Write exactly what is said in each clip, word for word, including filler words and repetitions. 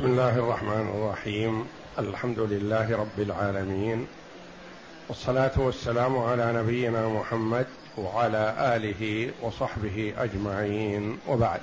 بسم الله الرحمن الرحيم. الحمد لله رب العالمين، والصلاة والسلام على نبينا محمد وعلى آله وصحبه أجمعين، وبعد.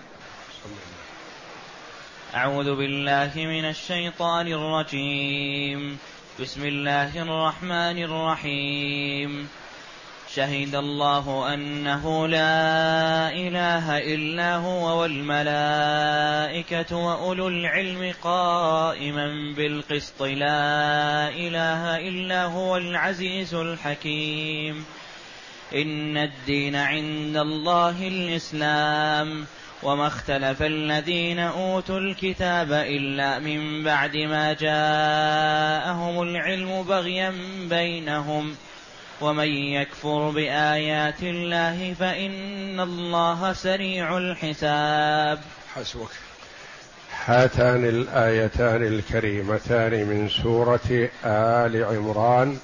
أعوذ بالله من الشيطان الرجيم. بسم الله الرحمن الرحيم. شهد الله أنه لا إله إلا هو والملائكة وأولو العلم قائما بالقسط لا إله إلا هو العزيز الحكيم. إن الدين عند الله الإسلام، وما اختلف الذين أوتوا الكتاب إلا من بعد ما جاءهم العلم بغيا بينهم، ومن يكفر بآيات الله فإن الله سريع الحساب. حسبك. هاتان الآيتان الكريمتان من سورة آل عمران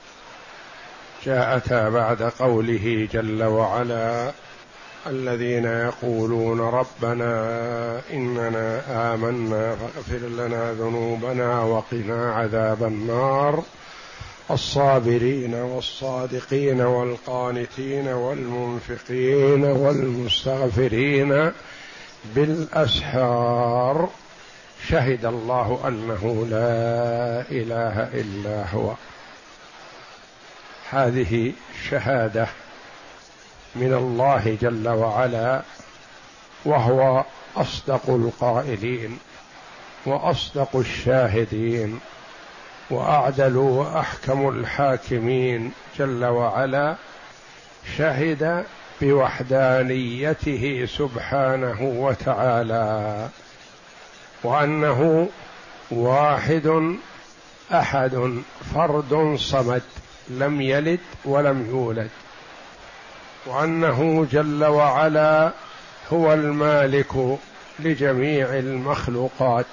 جاءتا بعد قوله جل وعلا: الذين يقولون ربنا إننا آمنا فاغفر لنا ذنوبنا وقنا عذاب النار، الصابرين والصادقين والقانتين والمنفقين والمستغفرين بالأسحار، شهد الله أنه لا إله إلا هو. هذه شهادة من الله جل وعلا، وهو أصدق القائلين وأصدق الشاهدين وأعدل وأحكم الحاكمين جل وعلا. شهد بوحدانيته سبحانه وتعالى، وأنه واحد أحد فرد صمد لم يلد ولم يولد، وأنه جل وعلا هو المالك لجميع المخلوقات،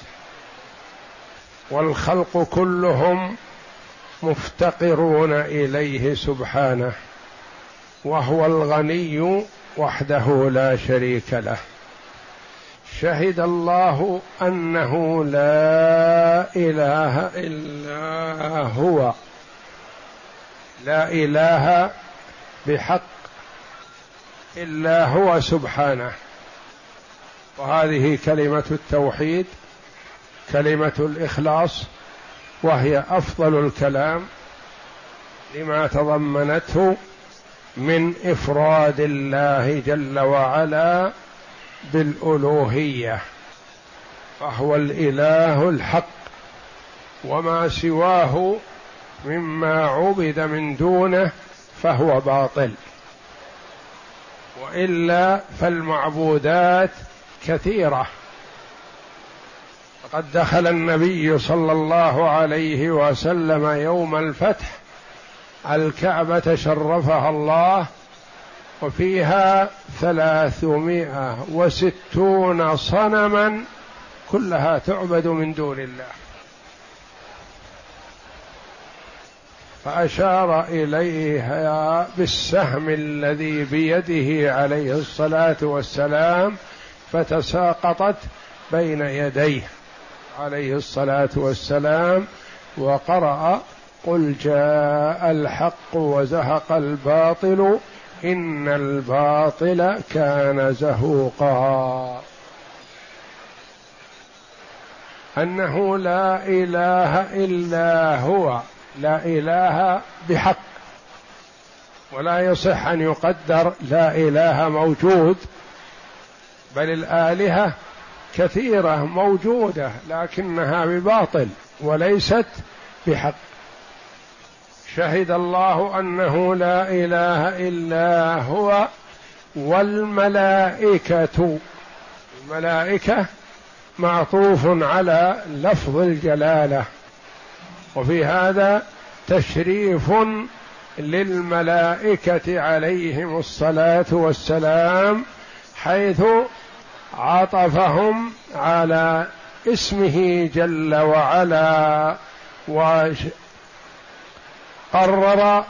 والخلق كلهم مفتقرون إليه سبحانه، وهو الغني وحده لا شريك له. شهد الله أنه لا إله إلا هو، لا إله بحق إلا هو سبحانه. وهذه كلمة التوحيد، كلمة الإخلاص، وهي أفضل الكلام لما تضمنته من إفراد الله جل وعلا بالألوهية، فهو الإله الحق، وما سواه مما عبد من دونه فهو باطل، وإلا فالمعبودات كثيرة. فقد دخل النبي صلى الله عليه وسلم يوم الفتح الكعبة شرفها الله، وفيها ثلاثمائة وستون صنما كلها تعبد من دون الله، فأشار إليها بالسهم الذي بيده عليه الصلاة والسلام، فتساقطت بين يديه عليه الصلاة والسلام، وقرأ: قل جاء الحق وزهق الباطل إن الباطل كان زهوقا. أنه لا إله إلا هو، لا إله بحق، ولا يصح أن يقدر لا إله موجود، بل الآلهة كثيرة موجودة لكنها بباطل وليست بحق. شهد الله أنه لا إله إلا هو والملائكة. الملائكة معطوف على لفظ الجلالة، وفي هذا تشريف للملائكة عليهم الصلاة والسلام، حيث عطفهم على اسمه جل وعلا، وقرر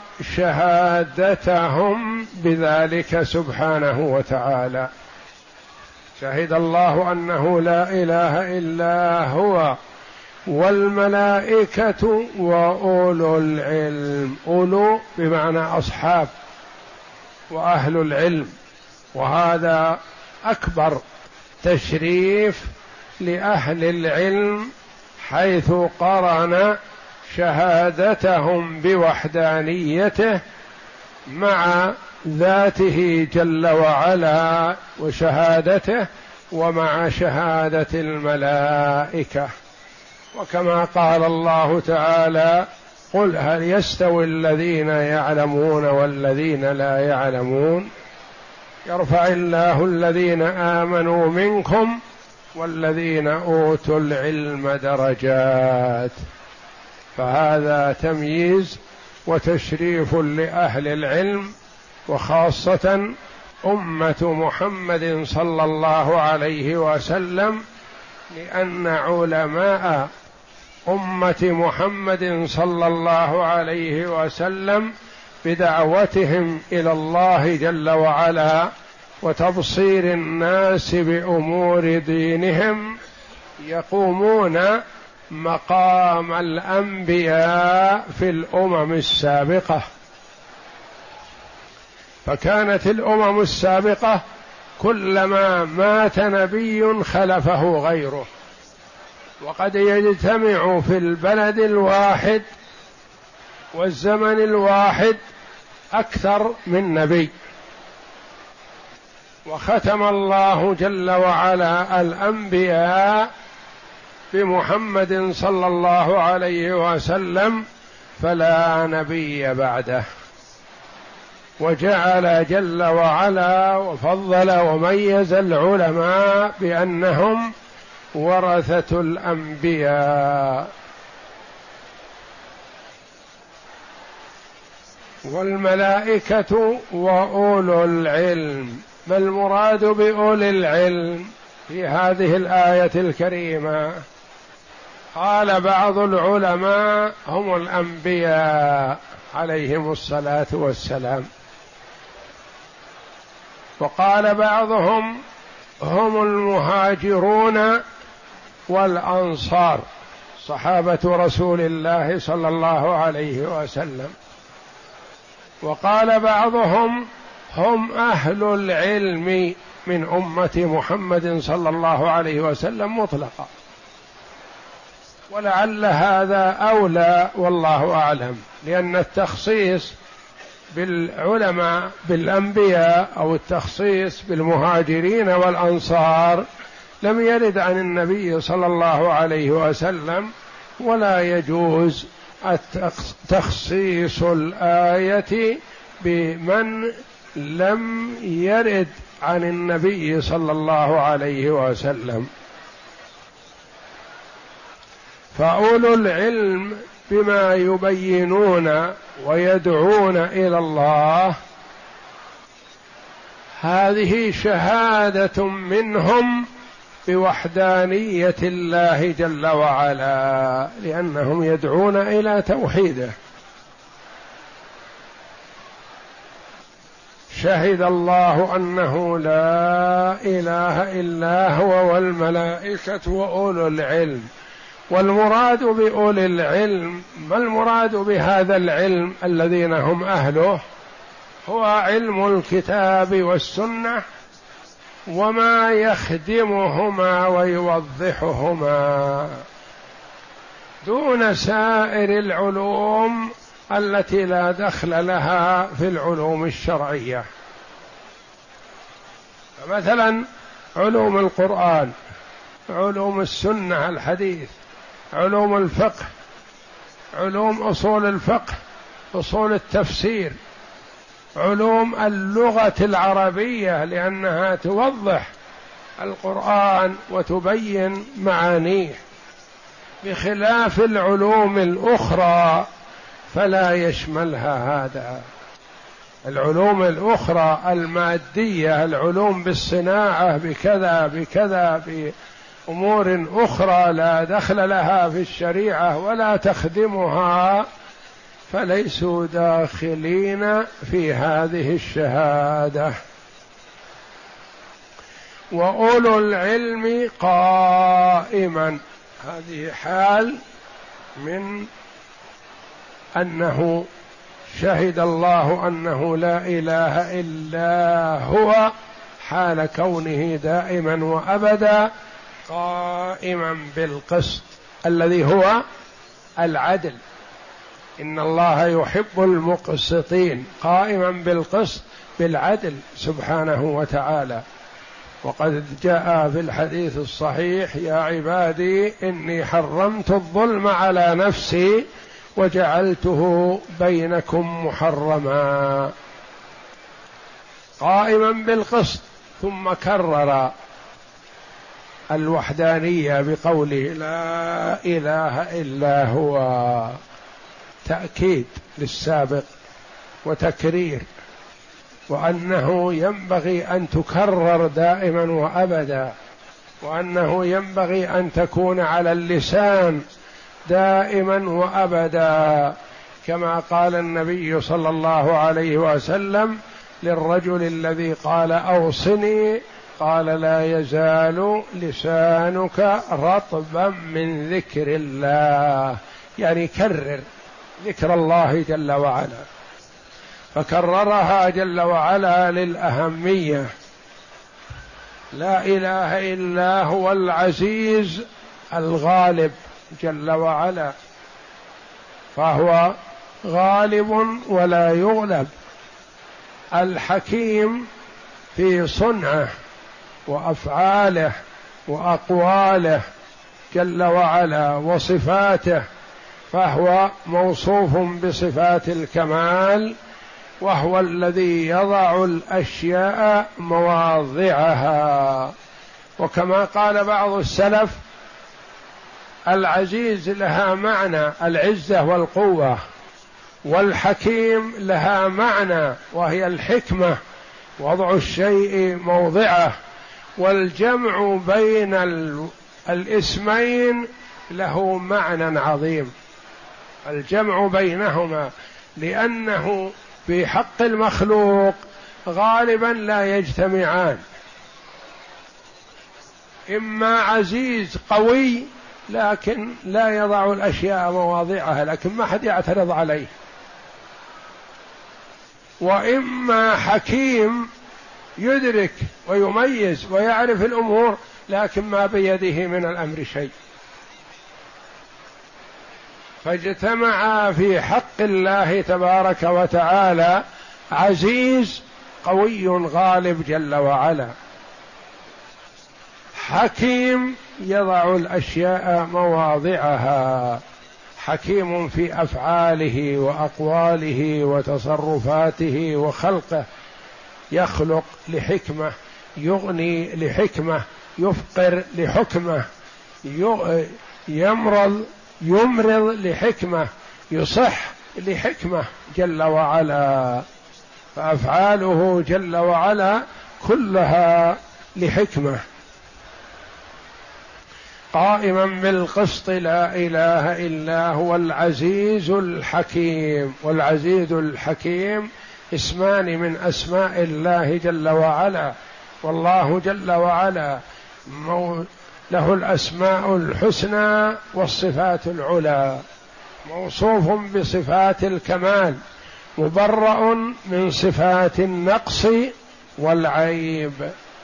شهادتهم بذلك سبحانه وتعالى. شهد الله أنه لا إله إلا هو والملائكة وأولو العلم. أولو بمعنى أصحاب وأهل العلم، وهذا أكبر تشريف لأهل العلم، حيث قرن شهادتهم بوحدانيته مع ذاته جل وعلا وشهادته، ومع شهادة الملائكة. وكما قال الله تعالى: قل هل يستوي الذين يعلمون والذين لا يعلمون، يرفع الله الذين آمنوا منكم والذين أوتوا العلم درجات. فهذا تمييز وتشريف لأهل العلم، وخاصة أمة محمد صلى الله عليه وسلم، لأن علماء أمة محمد صلى الله عليه وسلم بدعوتهم إلى الله جل وعلا وتبصير الناس بأمور دينهم يقومون مقام الأنبياء في الأمم السابقة. فكانت الأمم السابقة كلما مات نبي خلفه غيره، وقد يجتمع في البلد الواحد والزمن الواحد أكثر من نبي، وختم الله جل وعلا الأنبياء بمحمد صلى الله عليه وسلم، فلا نبي بعده، وجعل جل وعلا وفضل وميز العلماء بأنهم ورثة الأنبياء. والملائكة وأولو العلم. ما المراد بأولي العلم في هذه الآية الكريمة؟ قال بعض العلماء: هم الأنبياء عليهم الصلاة والسلام. وقال بعضهم: هم المهاجرون والأنصار، صحابة رسول الله صلى الله عليه وسلم. وقال بعضهم: هم أهل العلم من أمة محمد صلى الله عليه وسلم مطلقا. ولعل هذا أولى والله أعلم، لأن التخصيص بالعلماء بالأنبياء أو التخصيص بالمهاجرين والأنصار لم يرد عن النبي صلى الله عليه وسلم، ولا يجوز تخصيص الآية بمن لم يرد عن النبي صلى الله عليه وسلم. فأولو العلم بما يبينون ويدعون إلى الله، هذه شهادة منهم بوحدانية الله جل وعلا، لأنهم يدعون إلى توحيده. شهد الله أنه لا إله إلا هو والملائكة وأولو العلم. والمراد بأولي العلم، ما المراد بهذا العلم الذين هم أهله؟ هو علم الكتاب والسنة وما يخدمهما ويوضحهما، دون سائر العلوم التي لا دخل لها في العلوم الشرعية. مثلا علوم القرآن، علوم السنة الحديث، علوم الفقه، علوم أصول الفقه، أصول التفسير، علوم اللغة العربية لأنها توضح القرآن وتبين معانيه، بخلاف العلوم الأخرى فلا يشملها هذا. العلوم الأخرى المادية، العلوم بالصناعة بكذا بكذا بأمور أخرى لا دخل لها في الشريعة ولا تخدمها، فليسوا داخلين في هذه الشهادة. وأولو العلم قائما. هذه حال من أنه شهد الله أنه لا إله إلا هو، حال كونه دائما وأبدا قائما بالقسط الذي هو العدل. إن الله يحب المقسطين، قائما بالقسط بالعدل سبحانه وتعالى. وقد جاء في الحديث الصحيح: يا عبادي إني حرمت الظلم على نفسي وجعلته بينكم محرما. قائما بالقسط، ثم كرر الوحدانية بقوله لا إله إلا هو، تأكيد للسابق وتكرير، وأنه ينبغي أن تكرر دائما وأبدا، وأنه ينبغي أن تكون على اللسان دائما وأبدا، كما قال النبي صلى الله عليه وسلم للرجل الذي قال أوصني، قال لا يزال لسانك رطبا من ذكر الله، يعني كرر ذكر الله جل وعلا. فكررها جل وعلا للأهمية. لا إله إلا هو العزيز الغالب جل وعلا، فهو غالب ولا يغلب. الحكيم في صنعه وأفعاله وأقواله جل وعلا وصفاته، فهو موصوف بصفات الكمال، وهو الذي يضع الأشياء مواضعها. وكما قال بعض السلف: العزيز لها معنى العزة والقوة، والحكيم لها معنى وهي الحكمة، وضع الشيء موضعه. والجمع بين الاسمين له معنى عظيم، الجمع بينهما، لأنه في حق المخلوق غالبا لا يجتمعان، إما عزيز قوي لكن لا يضع الأشياء مواضعها لكن ما حد يعترض عليه، وإما حكيم يدرك ويميز ويعرف الأمور لكن ما بيده من الأمر شيء. فاجتمع في حق الله تبارك وتعالى عزيز قوي غالب جل وعلا، حكيم يضع الأشياء مواضعها، حكيم في أفعاله وأقواله وتصرفاته وخلقه، يخلق لحكمة، يغني لحكمة، يفقر لحكمة، يمرض يمرض لحكمة، يصح لحكمة جل وعلا. فأفعاله جل وعلا كلها لحكمة. قائما بالقسط لا إله إلا هو العزيز الحكيم. والعزيز الحكيم اسمان من أسماء الله جل وعلا، والله جل وعلا له الأسماء الحسنى والصفات العلى، موصوف بصفات الكمال، مبرأ من صفات النقص والعيب.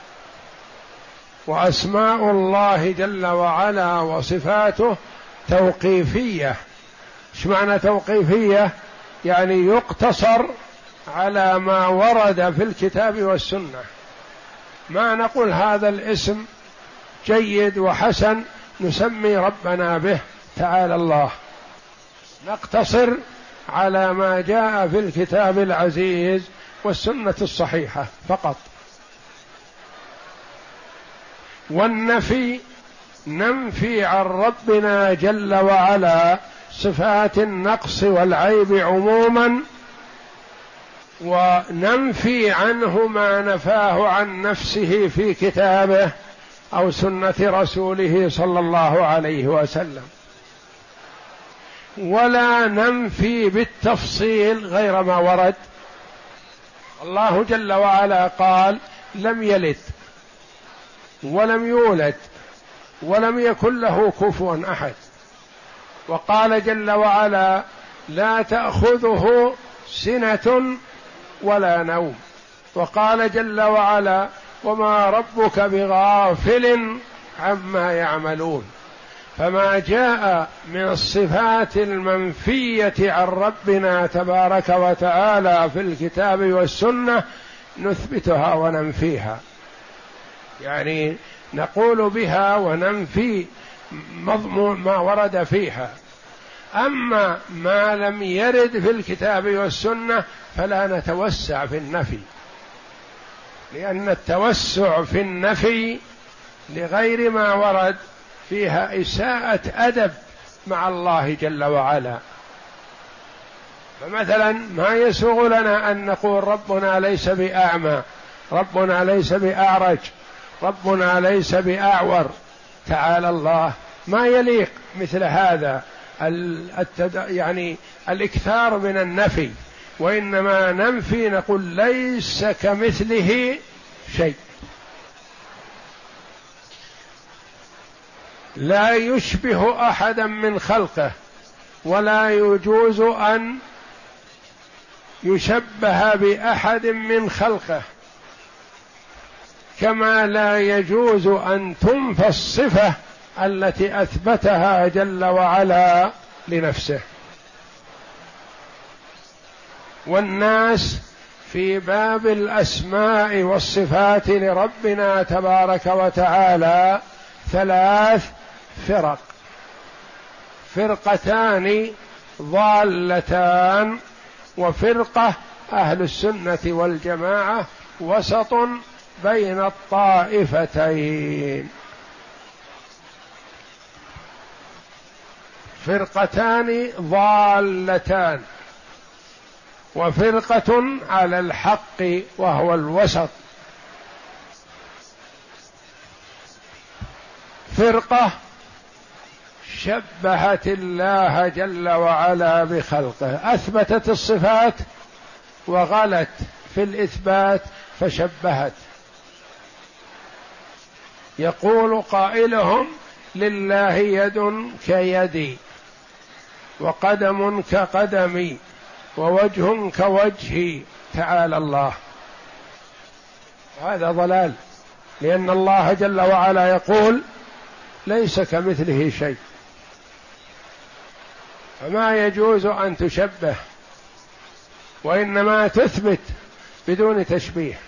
وأسماء الله جل وعلا وصفاته توقيفية. ايش معنى توقيفية؟ يعني يقتصر على ما ورد في الكتاب والسنة، ما نقول هذا الاسم جيد وحسن نسمي ربنا به تعالى الله، نقتصر على ما جاء في الكتاب العزيز والسنة الصحيحة فقط. والنفي ننفي عن ربنا جل وعلا صفات النقص والعيب عموما، وننفي عنه ما نفاه عن نفسه في كتابه أو سنة رسوله صلى الله عليه وسلم، ولا ننفي بالتفصيل غير ما ورد. الله جل وعلا قال: لم يلد، ولم يولد ولم يكن له كفوا أحد. وقال جل وعلا: لا تأخذه سنة ولا نوم. وقال جل وعلا: وما ربك بغافل عما يعملون. فما جاء من الصفات المنفية عن ربنا تبارك وتعالى في الكتاب والسنة نثبتها وننفيها، يعني نقول بها وننفي مضمون ما ورد فيها. أما ما لم يرد في الكتاب والسنة فلا نتوسع في النفي، لأن التوسع في النفي لغير ما ورد فيها إساءة أدب مع الله جل وعلا. فمثلا ما يسوغ لنا أن نقول ربنا ليس بأعمى، ربنا ليس بأعرج، ربنا ليس بأعور. تعالى الله، ما يليق مثل هذا التد... يعني الإكثار من النفي، وإنما ننفي نقول ليس كمثله شيء، لا يشبه أحدا من خلقه، ولا يجوز أن يشبه بأحد من خلقه، كما لا يجوز أن تنفى الصفة التي أثبتها جل وعلا لنفسه. والناس في باب الأسماء والصفات لربنا تبارك وتعالى ثلاث فرق: فرقتان ضالتان، وفرقة أهل السنة والجماعة وسط بين الطائفتين. فرقتان ضالتان، وفرقة على الحق وهو الوسط. فرقة شبهت الله جل وعلا بخلقه، أثبتت الصفات وغلت في الإثبات فشبهت. يقول قائلهم: لله يد كيدي، وقدم كقدمي، ووجه كوجهي. تعالى الله، هذا ضلال، لأن الله جل وعلا يقول: ليس كمثله شيء، فما يجوز أن تشبه، وإنما تثبت بدون تشبيه.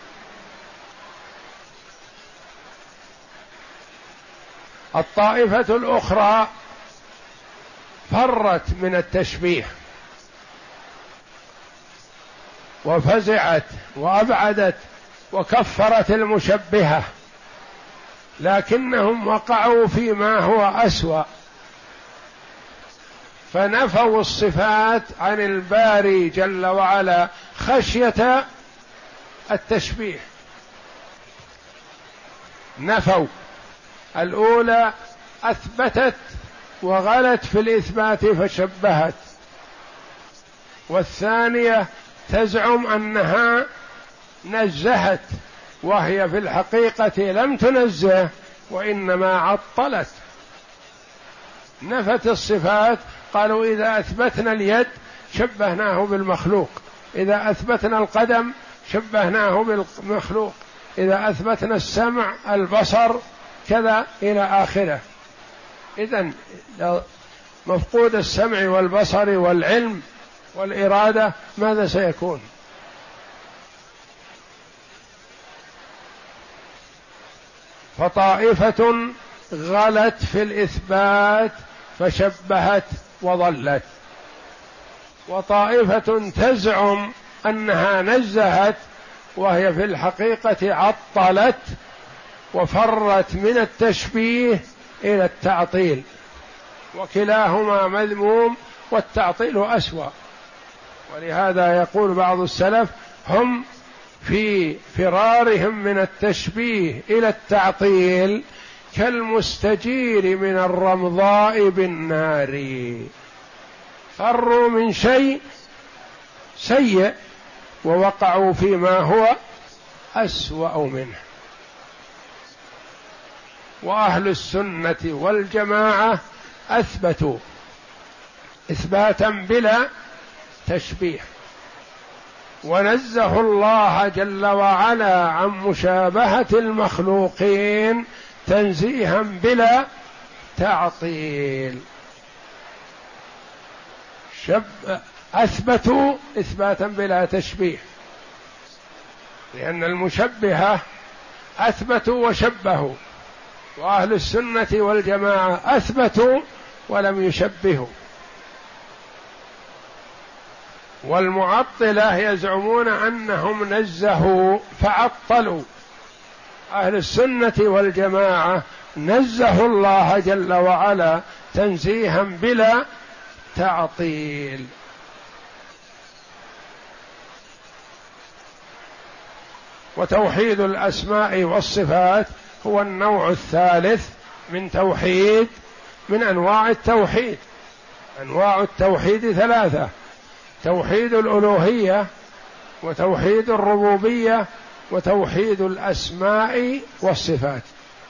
الطائفة الأخرى فرت من التشبيه وفزعت وأبعدت وكفرت المشبهة، لكنهم وقعوا فيما هو أسوأ، فنفوا الصفات عن الباري جل وعلا خشية التشبيه. نفوا الأولى، أثبتت وغلت في الإثبات فشبهت، والثانية تزعم أنها نزهت وهي في الحقيقة لم تنزه وإنما عطلت. نفت الصفات، قالوا إذا أثبتنا اليد شبهناه بالمخلوق، إذا أثبتنا القدم شبهناه بالمخلوق، إذا أثبتنا السمع البصر كذا إلى آخره. إذن مفقود السمع والبصر والعلم والإرادة ماذا سيكون؟ فطائفة غلت في الإثبات فشبهت وضلت، وطائفة تزعم أنها نزهت وهي في الحقيقة عطلت وفرت من التشبيه إلى التعطيل، وكلاهما مذموم والتعطيل أسوأ. ولهذا يقول بعض السلف: هم في فرارهم من التشبيه إلى التعطيل كالمستجير من الرمضاء بالنار، فروا من شيء سيء ووقعوا فيما هو أسوأ منه. وأهل السنة والجماعة أثبتوا إثباتا بلا تشبيه، ونزه الله جل وعلا عن مشابهة المخلوقين تنزيها بلا تعطيل. شب أثبتوا إثباتا بلا تشبيه، لأن المشبهة أثبتوا وشبهوا، وأهل السنة والجماعة أثبتوا ولم يشبهوا. والمعطلة يزعمون أنهم نزهوا فعطلوا، أهل السنة والجماعة نزهوا الله جل وعلا تنزيها بلا تعطيل. وتوحيد الأسماء والصفات هو النوع الثالث من توحيد من أنواع التوحيد. أنواع التوحيد ثلاثة: توحيد الألوهية، وتوحيد الربوبية، وتوحيد الأسماء والصفات.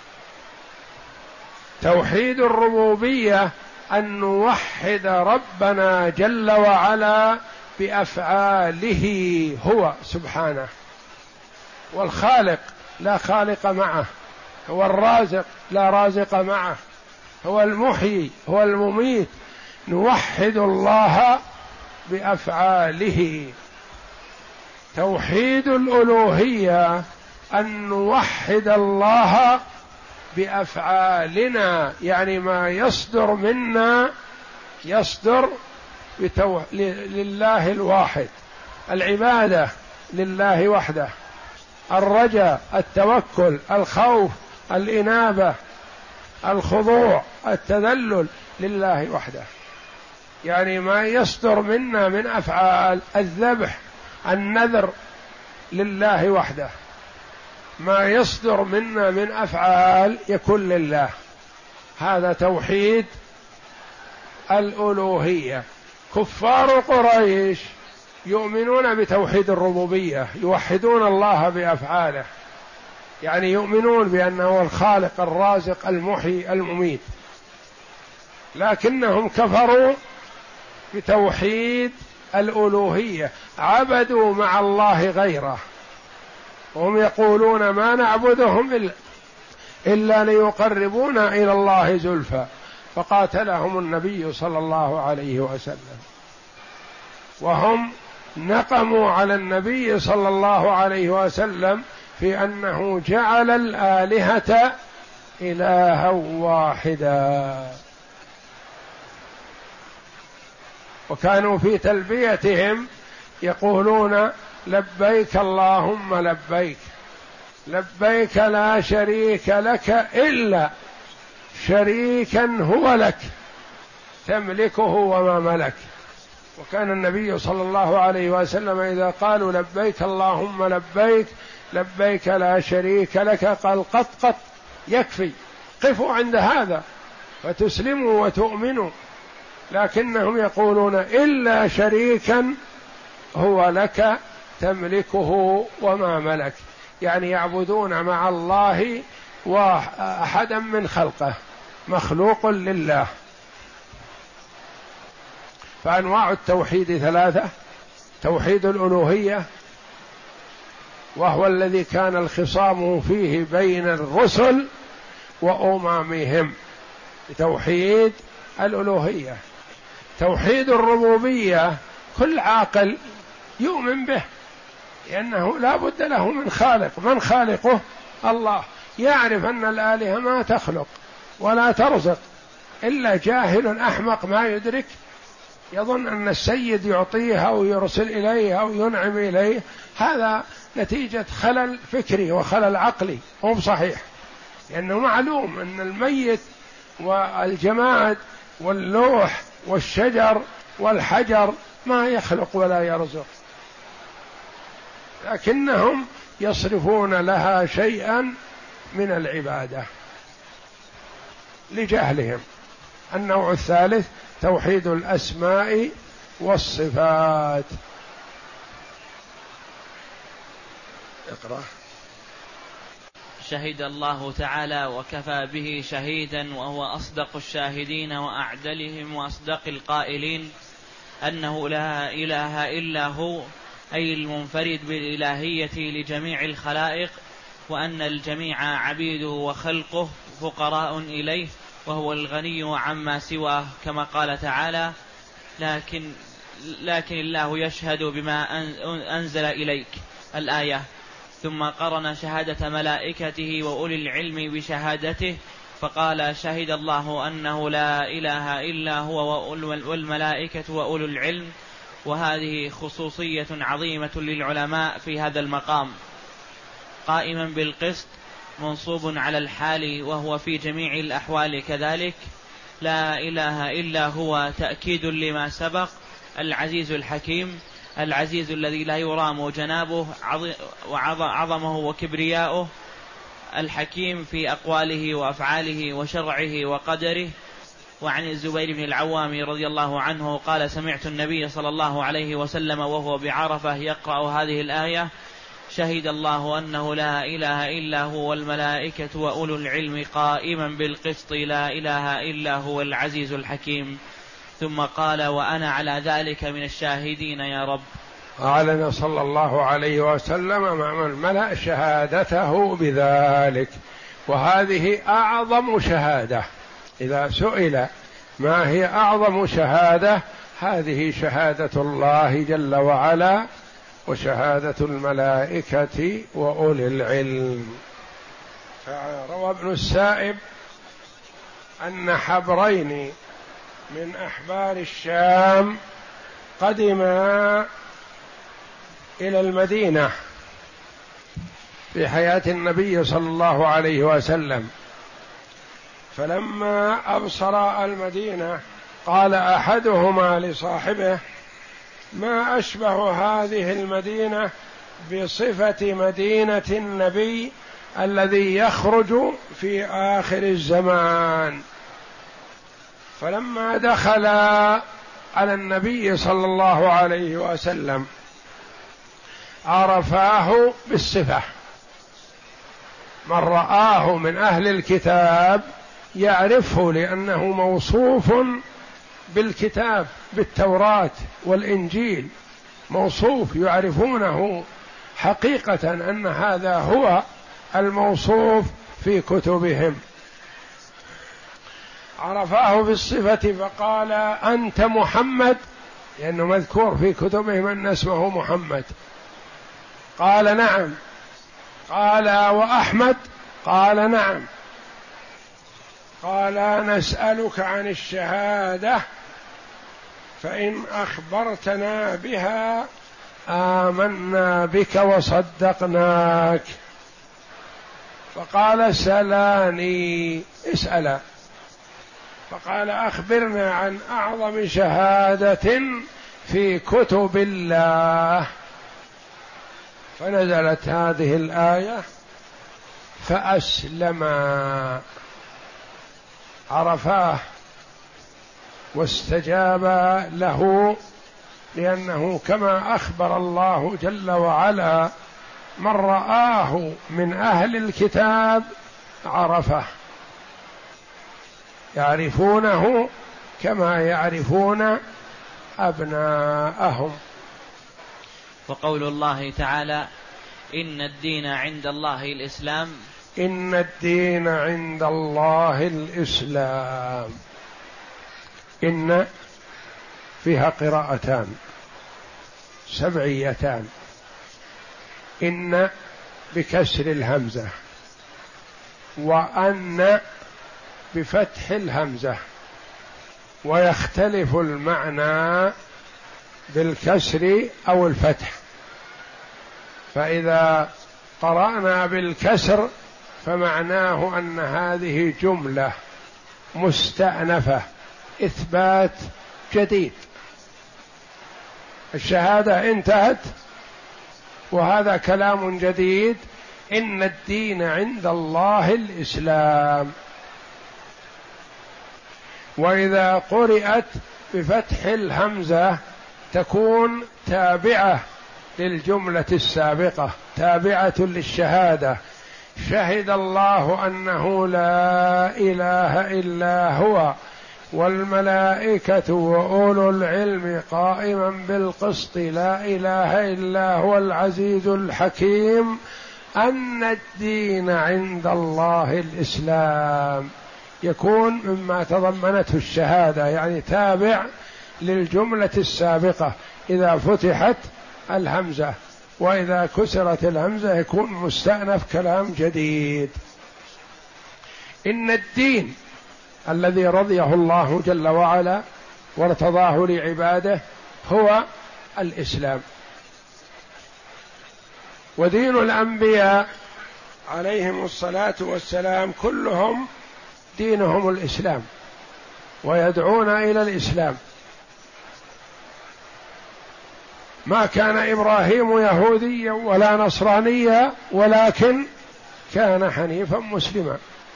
توحيد الربوبية أن نوحد ربنا جل وعلا بأفعاله، هو سبحانه، والخالق لا خالق معه، هو الرازق لا رازق معه، هو المحيي هو المميت، نوحد الله بأفعاله. توحيد الألوهية أن نوحد الله بأفعالنا، يعني ما يصدر منا يصدر بتو... لله الواحد، العبادة لله وحده، الرجاء، التوكل، الخوف، الإنابة، الخضوع، التذلل لله وحده. يعني ما يصدر منا من أفعال، الذبح، النذر لله وحده، ما يصدر منا من أفعال يكون لله. هذا توحيد الألوهية. كفار قريش يؤمنون بتوحيد الربوبية، يوحدون الله بأفعاله، يعني يؤمنون بأنه الخالق الرازق المحيي المميت، لكنهم كفروا بتوحيد الألوهية، عبدوا مع الله غيره، وهم يقولون ما نعبدهم إلا, إلا ليقربونا إلى الله زلفى، فقاتلهم النبي صلى الله عليه وسلم. وهم نقموا على النبي صلى الله عليه وسلم في أنه جعل الآلهة إلها واحدا، وكانوا في تلبيتهم يقولون لبيك اللهم لبيك، لبيك لا شريك لك إلا شريكا هو لك تملكه وما ملك. وكان النبي صلى الله عليه وسلم إذا قالوا لبيك اللهم لبيك لبيك لا شريك لك قال قط قط يكفي، قفوا عند هذا فتسلموا وتؤمنوا. لكنهم يقولون إلا شريكا هو لك تملكه وما ملك، يعني يعبدون مع الله وأحدا من خلقه مخلوق لله. فأنواع التوحيد ثلاثة: توحيد الألوهية، وهو الذي كان الخصام فيه بين الرسل وأممهم، توحيد الألوهية. توحيد الربوبية كل عاقل يؤمن به، لأنه لا بد له من خالق، من خالقه؟ الله. يعرف أن الآلهة ما تخلق ولا ترزق، إلا جاهل أحمق ما يدرك يظن أن السيد يعطيه أو يرسل إليه أو ينعم إليه. هذا نتيجة خلل فكري وخلل عقلي، مو صحيح، لأنه معلوم أن الميت والجماد واللوح والشجر والحجر ما يخلق ولا يرزق، لكنهم يصرفون لها شيئا من العبادة لجهلهم. النوع الثالث توحيد الأسماء والصفات. اقرأ. شهد الله تعالى وكفى به شهيدا وهو أصدق الشاهدين وأعدلهم وأصدق القائلين أنه لا إله إلا هو، أي المنفرد بالإلهية لجميع الخلائق، وأن الجميع عبيده وخلقه فقراء إليه، وهو الغني عما سواه، كما قال تعالى: لكن لكن الله يشهد بما أنزل إليك، الآية. ثم قرن شهادة ملائكته وأولي العلم بشهادته، فقال: شهد الله أنه لا إله إلا هو والملائكة وأولو العلم. وهذه خصوصية عظيمة للعلماء في هذا المقام. قائما بالقسط منصوب على الحال، وهو في جميع الأحوال كذلك. لا إله إلا هو تأكيد لما سبق. العزيز الحكيم، العزيز الذي لا يرام جنابه وعظمه وكبرياؤه، الحكيم في أقواله وأفعاله وشرعه وقدره. وعن الزبير بن العوام رضي الله عنه قال: سمعت النبي صلى الله عليه وسلم وهو بعرفة يقرأ هذه الآية: شهد الله أنه لا إله إلا هو والملائكة وأولو العلم قائما بالقسط لا إله إلا هو العزيز الحكيم. ثم قال: وأنا على ذلك من الشاهدين يا رب. أعلن صلى الله عليه وسلم مع الملأ شهادته بذلك، وهذه أعظم شهادة. إذا سئل ما هي أعظم شهادة، هذه شهادة الله جل وعلا وشهادة الملائكة وأولي العلم. فروى ابن السائب أن حبرين من أحبار الشام قدما إلى المدينة في حياة النبي صلى الله عليه وسلم، فلما أبصر المدينة قال أحدهما لصاحبه: ما أشبه هذه المدينة بصفة مدينة النبي الذي يخرج في آخر الزمان. فلما دخل على النبي صلى الله عليه وسلم عرفاه بالصفة. من رآه من أهل الكتاب يعرفه، لأنه موصوف بالكتاب، بالتوراة والإنجيل، موصوف يعرفونه حقيقة أن هذا هو الموصوف في كتبهم. عرفاه بالصفة فقال: أنت محمد، لأنه مذكور في كتبهم أن اسمه محمد. قال: نعم. قال: وأحمد؟ قال: نعم. قال: نسألك عن الشهادة، فإن أخبرتنا بها آمنا بك وصدقناك. فقال: سلاني، اسأل. فقال: أخبرنا عن أعظم شهادة في كتب الله. فنزلت هذه الآية: فأسلما، عرفاه واستجاب له، لأنه كما أخبر الله جل وعلا: من رآه من أهل الكتاب عرفه، يعرفونه كما يعرفون أبناءهم. وقول الله تعالى: إن الدين عند الله الإسلام. إن الدين عند الله الإسلام. إن فيها قراءتان سبعيتان: إن بكسر الهمزة، وأن بفتح الهمزة، ويختلف المعنى بالكسر أو الفتح. فإذا قرأنا بالكسر فمعناه أن هذه جملة مستأنفة، إثبات جديد، الشهادة انتهت وهذا كلام جديد. إن الدين عند الله الإسلام. وإذا قرأت بفتح الهمزة تكون تابعة للجملة السابقة، تابعة للشهادة، شهد الله أنه لا إله إلا هو والملائكة وأولو العلم قائما بالقسط لا إله إلا هو العزيز الحكيم أن الدين عند الله الإسلام، يكون مما تضمنته الشهادة، يعني تابع للجملة السابقة. إذا فتحت الهمزة وإذا كسرت الهمزة يكون مستأنف كلام جديد. إن الدين الذي رضيه الله جل وعلا وارتضاه لعباده هو الإسلام. ودين الأنبياء عليهم الصلاة والسلام كلهم دينهم الإسلام ويدعون إلى الإسلام. ما كان إبراهيم يهوديا ولا نصرانيا ولكن كان حنيفا مسلما،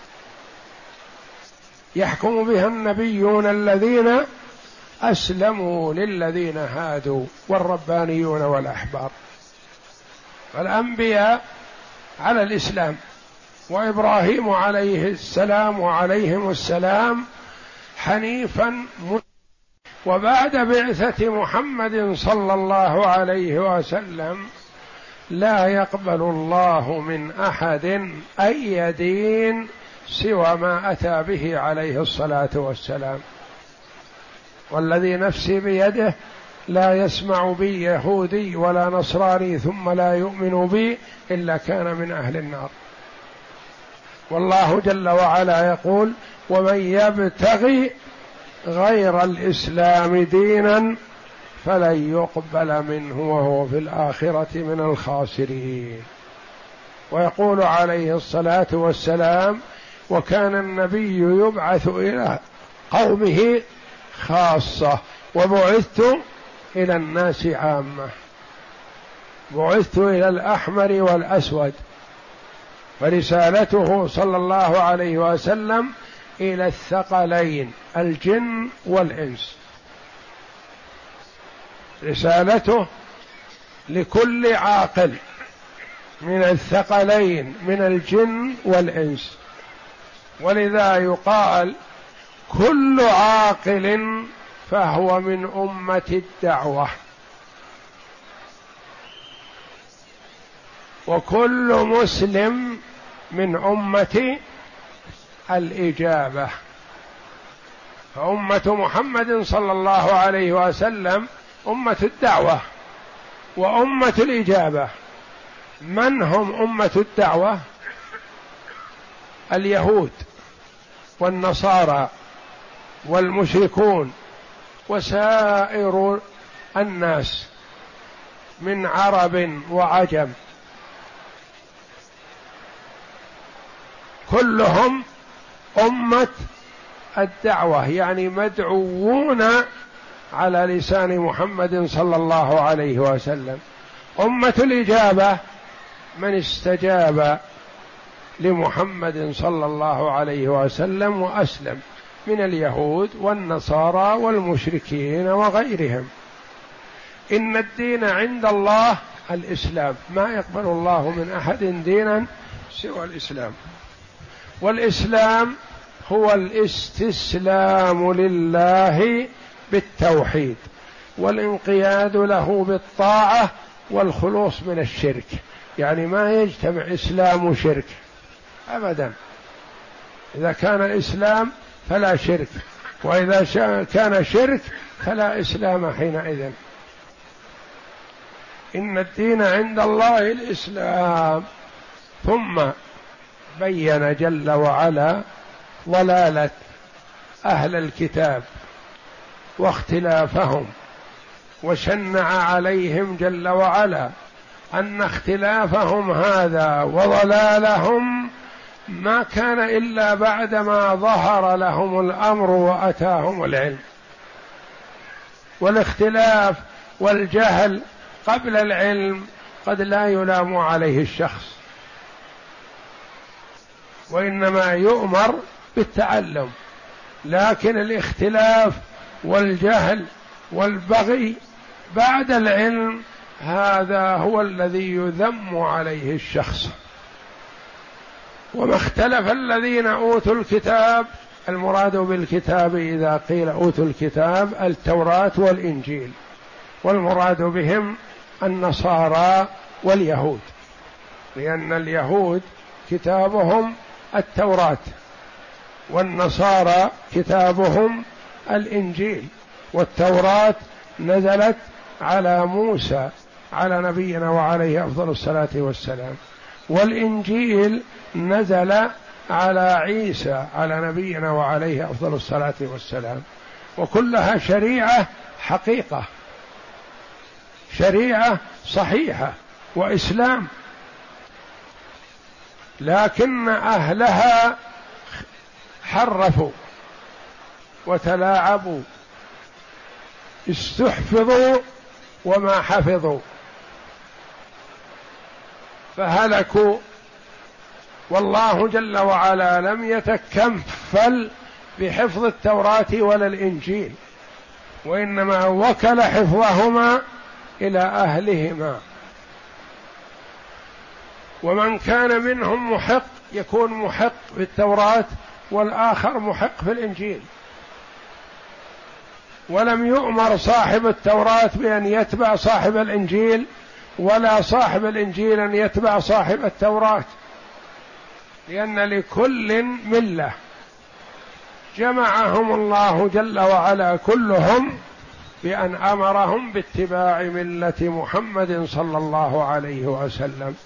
يحكم بها النبيون الذين أسلموا للذين هادوا والربانيون والأحبار. الأنبياء على الإسلام، وإبراهيم عليه السلام وعليهم السلام حنيفا مسلما. وبعد بعثة محمد صلى الله عليه وسلم لا يقبل الله من أحد أي دين سوى ما أتى به عليه الصلاة والسلام. والذي نفسي بيده لا يسمع بي يهودي ولا نصراني ثم لا يؤمن بي إلا كان من أهل النار. والله جل وعلا يقول: ومن يبتغي غير الإسلام دينا فلن يقبل منه وهو في الآخرة من الخاسرين. ويقول عليه الصلاة والسلام: وكان النبي يبعث إلى قومه خاصة وبعثت إلى الناس عامة. بعثت إلى الأحمر والأسود، فرسالته صلى الله عليه وسلم إلى الثقلين الجن والإنس. رسالته لكل عاقل من الثقلين من الجن والإنس. ولذا يقال: كل عاقل فهو من أمة الدعوة، وكل مسلم من أمة الإجابة. فأمة محمد صلى الله عليه وسلم أمة الدعوة وأمة الإجابة. من هم أمة الدعوة؟ اليهود والنصارى والمشركون وسائر الناس من عرب وعجم، كلهم أمة الدعوة، يعني مدعوون على لسان محمد صلى الله عليه وسلم. أمة الإجابة من استجاب لمحمد صلى الله عليه وسلم وأسلم من اليهود والنصارى والمشركين وغيرهم. إن الدين عند الله الإسلام، ما يقبل الله من أحد دينا سوى الإسلام. والإسلام هو الاستسلام لله بالتوحيد والانقياد له بالطاعة والخلوص من الشرك. يعني ما يجتمع إسلام وشرك أبدا. إذا كان إسلام فلا شرك، وإذا كان شرك فلا إسلام حينئذ. إن الدين عند الله الإسلام. ثم بين جل وعلا ضلالة أهل الكتاب واختلافهم، وشنع عليهم جل وعلا أن اختلافهم هذا وضلالهم ما كان إلا بعدما ظهر لهم الأمر وأتاهم العلم. والاختلاف والجهل قبل العلم قد لا يلام عليه الشخص، وإنما يؤمر بالتعلم. لكن الاختلاف والجهل والبغي بعد العلم هذا هو الذي يذم عليه الشخص. وما اختلف الذين أوتوا الكتاب، المراد بالكتاب إذا قيل أوتوا الكتاب التوراة والإنجيل، والمراد بهم النصارى واليهود، لأن اليهود كتابهم التوراة والنصارى كتابهم الإنجيل، والتوراة نزلت على موسى على نبينا وعليه أفضل الصلاة والسلام، والإنجيل نزل على عيسى على نبينا وعليه أفضل الصلاة والسلام، وكلها شريعة حقيقة، شريعة صحيحة وإسلام، لكن أهلها حرفوا وتلاعبوا، استحفظوا وما حفظوا فهلكوا، والله جل وعلا لم يتكفل بحفظ التوراة ولا الإنجيل، وإنما وكل حفظهما إلى أهلهما، ومن كان منهم محق يكون محق بالتوراة والآخر محق في الإنجيل، ولم يؤمر صاحب التوراة بأن يتبع صاحب الإنجيل، ولا صاحب الإنجيل أن يتبع صاحب التوراة، لأن لكل ملة جمعهم الله جل وعلا كلهم بأن أمرهم باتباع ملة محمد صلى الله عليه وسلم.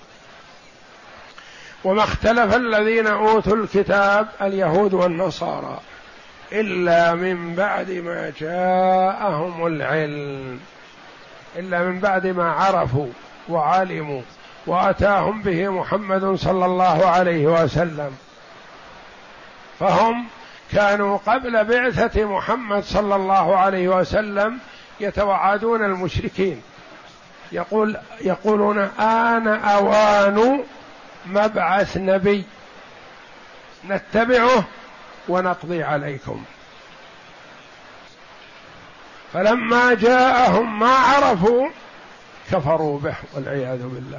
وما اختلف الذين أوتوا الكتاب اليهود والنصارى إلا من بعد ما جاءهم العلم، إلا من بعد ما عرفوا وعلموا وأتاهم به محمد صلى الله عليه وسلم، فهم كانوا قبل بعثة محمد صلى الله عليه وسلم يتوعدون المشركين، يقول يقولون آن أوان مبعث نبي نتبعه ونقضي عليكم، فلما جاءهم ما عرفوا كفروا به والعياذ بالله.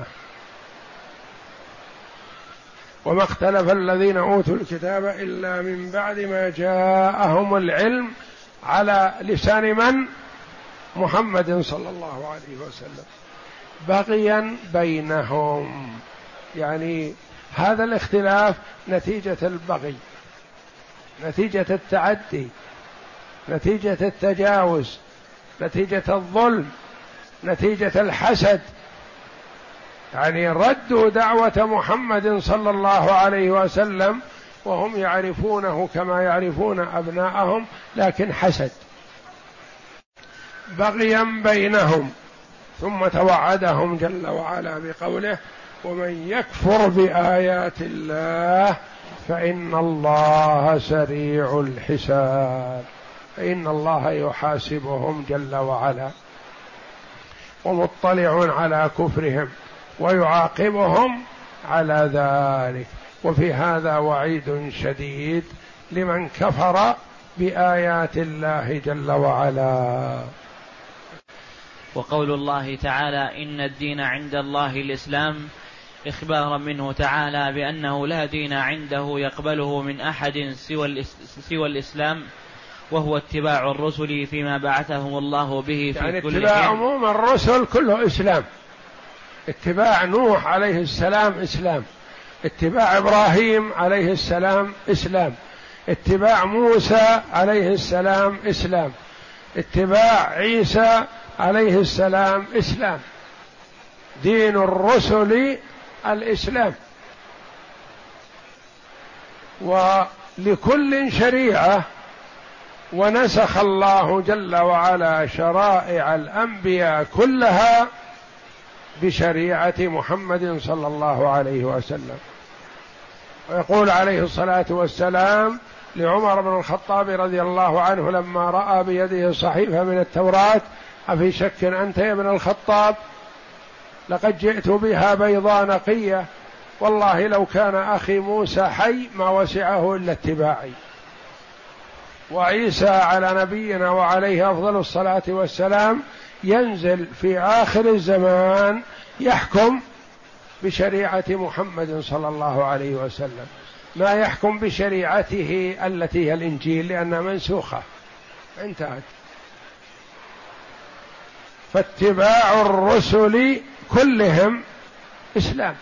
وما اختلف الذين أوتوا الكتاب إلا من بعد ما جاءهم العلم على لسان من؟ محمد صلى الله عليه وسلم، بغيا بينهم، يعني هذا الاختلاف نتيجة البغي، نتيجة التعدي، نتيجة التجاوز، نتيجة الظلم، نتيجة الحسد، يعني ردوا دعوة محمد صلى الله عليه وسلم وهم يعرفونه كما يعرفون أبناءهم، لكن حسد بغيا بينهم. ثم توعدهم جل وعلا بقوله ومن يكفر بآيات الله فإن الله سريع الحساب، فإن الله يحاسبهم جل وعلا ومطلع على كفرهم ويعاقبهم على ذلك. وفي هذا وعيد شديد لمن كفر بآيات الله جل وعلا. وقول الله تعالى إن الدين عند الله الإسلام إخبارا منه تعالى بأنه لا دين عنده يقبله من أحد سوى, سوى الإسلام، وهو اتباع الرسل فيما بعثهم الله به في يعني كل حين. اتباع عموم الرسل كله إسلام، اتباع نوح عليه السلام إسلام، اتباع إبراهيم عليه السلام إسلام، اتباع موسى عليه السلام إسلام، اتباع عيسى عليه السلام إسلام، دين الرسل الإسلام، ولكل شريعة، ونسخ الله جل وعلا شرائع الأنبياء كلها بشريعة محمد صلى الله عليه وسلم. ويقول عليه الصلاة والسلام لعمر بن الخطاب رضي الله عنه لما رأى بيده صحيفة من التوراة: أفي شك أنت يا ابن الخطاب؟ لقد جئت بها بيضاء نقية، والله لو كان أخي موسى حي ما وسعه إلا اتباعي. وعيسى على نبينا وعليه أفضل الصلاة والسلام ينزل في آخر الزمان يحكم بشريعة محمد صلى الله عليه وسلم، ما يحكم بشريعته التي هي الإنجيل لأنها منسوخة انتهت. فاتباع الرسل كلهم إسلام،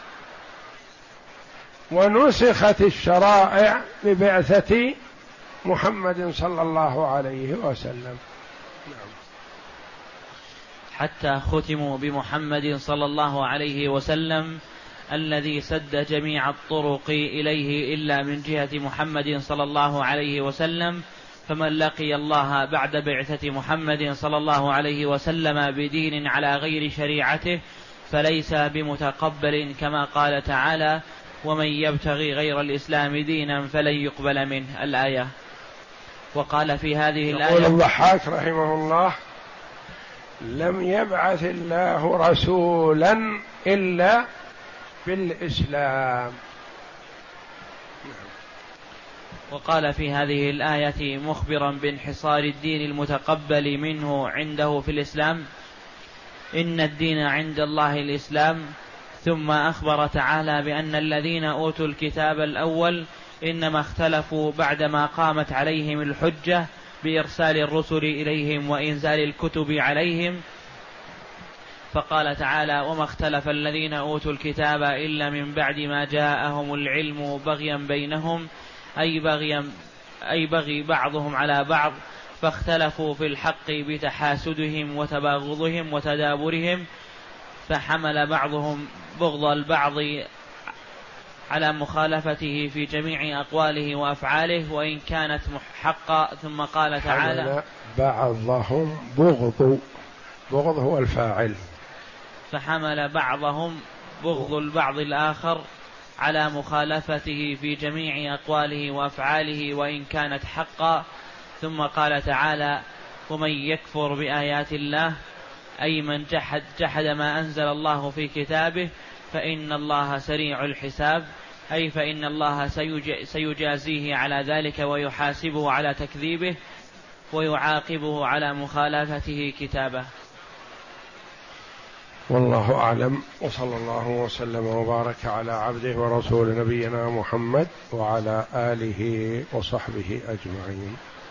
ونسخت الشرائع ببعثة محمد صلى الله عليه وسلم. حتى ختموا بمحمد صلى الله عليه وسلم الذي سد جميع الطرق إليه إلا من جهة محمد صلى الله عليه وسلم. فمن لقي الله بعد بعثة محمد صلى الله عليه وسلم بدين على غير شريعته فليس بمتقبل، كما قال تعالى: ومن يبتغي غير الإسلام دينا فلن يقبل منه، الآية. وقال في هذه الآية، يقول الضحاك رحمه الله: لم يبعث الله رسولا إلا بالإسلام. وقال في هذه الآية مخبرا بانحصار الدين المتقبل منه عنده في الإسلام: إن الدين عند الله الإسلام. ثم أخبر تعالى بأن الذين أوتوا الكتاب الأول إنما اختلفوا بعدما قامت عليهم الحجة بإرسال الرسل إليهم وإنزال الكتب عليهم. فقال تعالى: وما اختلف الذين أوتوا الكتاب إلا من بعد ما جاءهم العلم بغيا بينهم، أي بغي, أي بغي بعضهم على بعض، فاختلفوا في الحق بتحاسدهم وتباغضهم وتدابرهم، فحمل بعضهم بغض البعض على مخالفته في جميع أقواله وأفعاله وإن كانت حقا. ثم قال تعالى: حمل بعضهم بغض، بغض هو الفاعل، فحمل بعضهم بغض البعض الآخر على مخالفته في جميع أقواله وأفعاله وإن كانت حقا. ثم قال تعالى: ومن يكفر بآيات الله، أي من جحد, جحد ما أنزل الله في كتابه، فإن الله سريع الحساب، أي فإن الله سيجازيه على ذلك ويحاسبه على تكذيبه ويعاقبه على مخالفته كتابه. والله أعلم، وصلى الله وسلم وبارك على عبده ورسول نبينا محمد وعلى آله وصحبه أجمعين.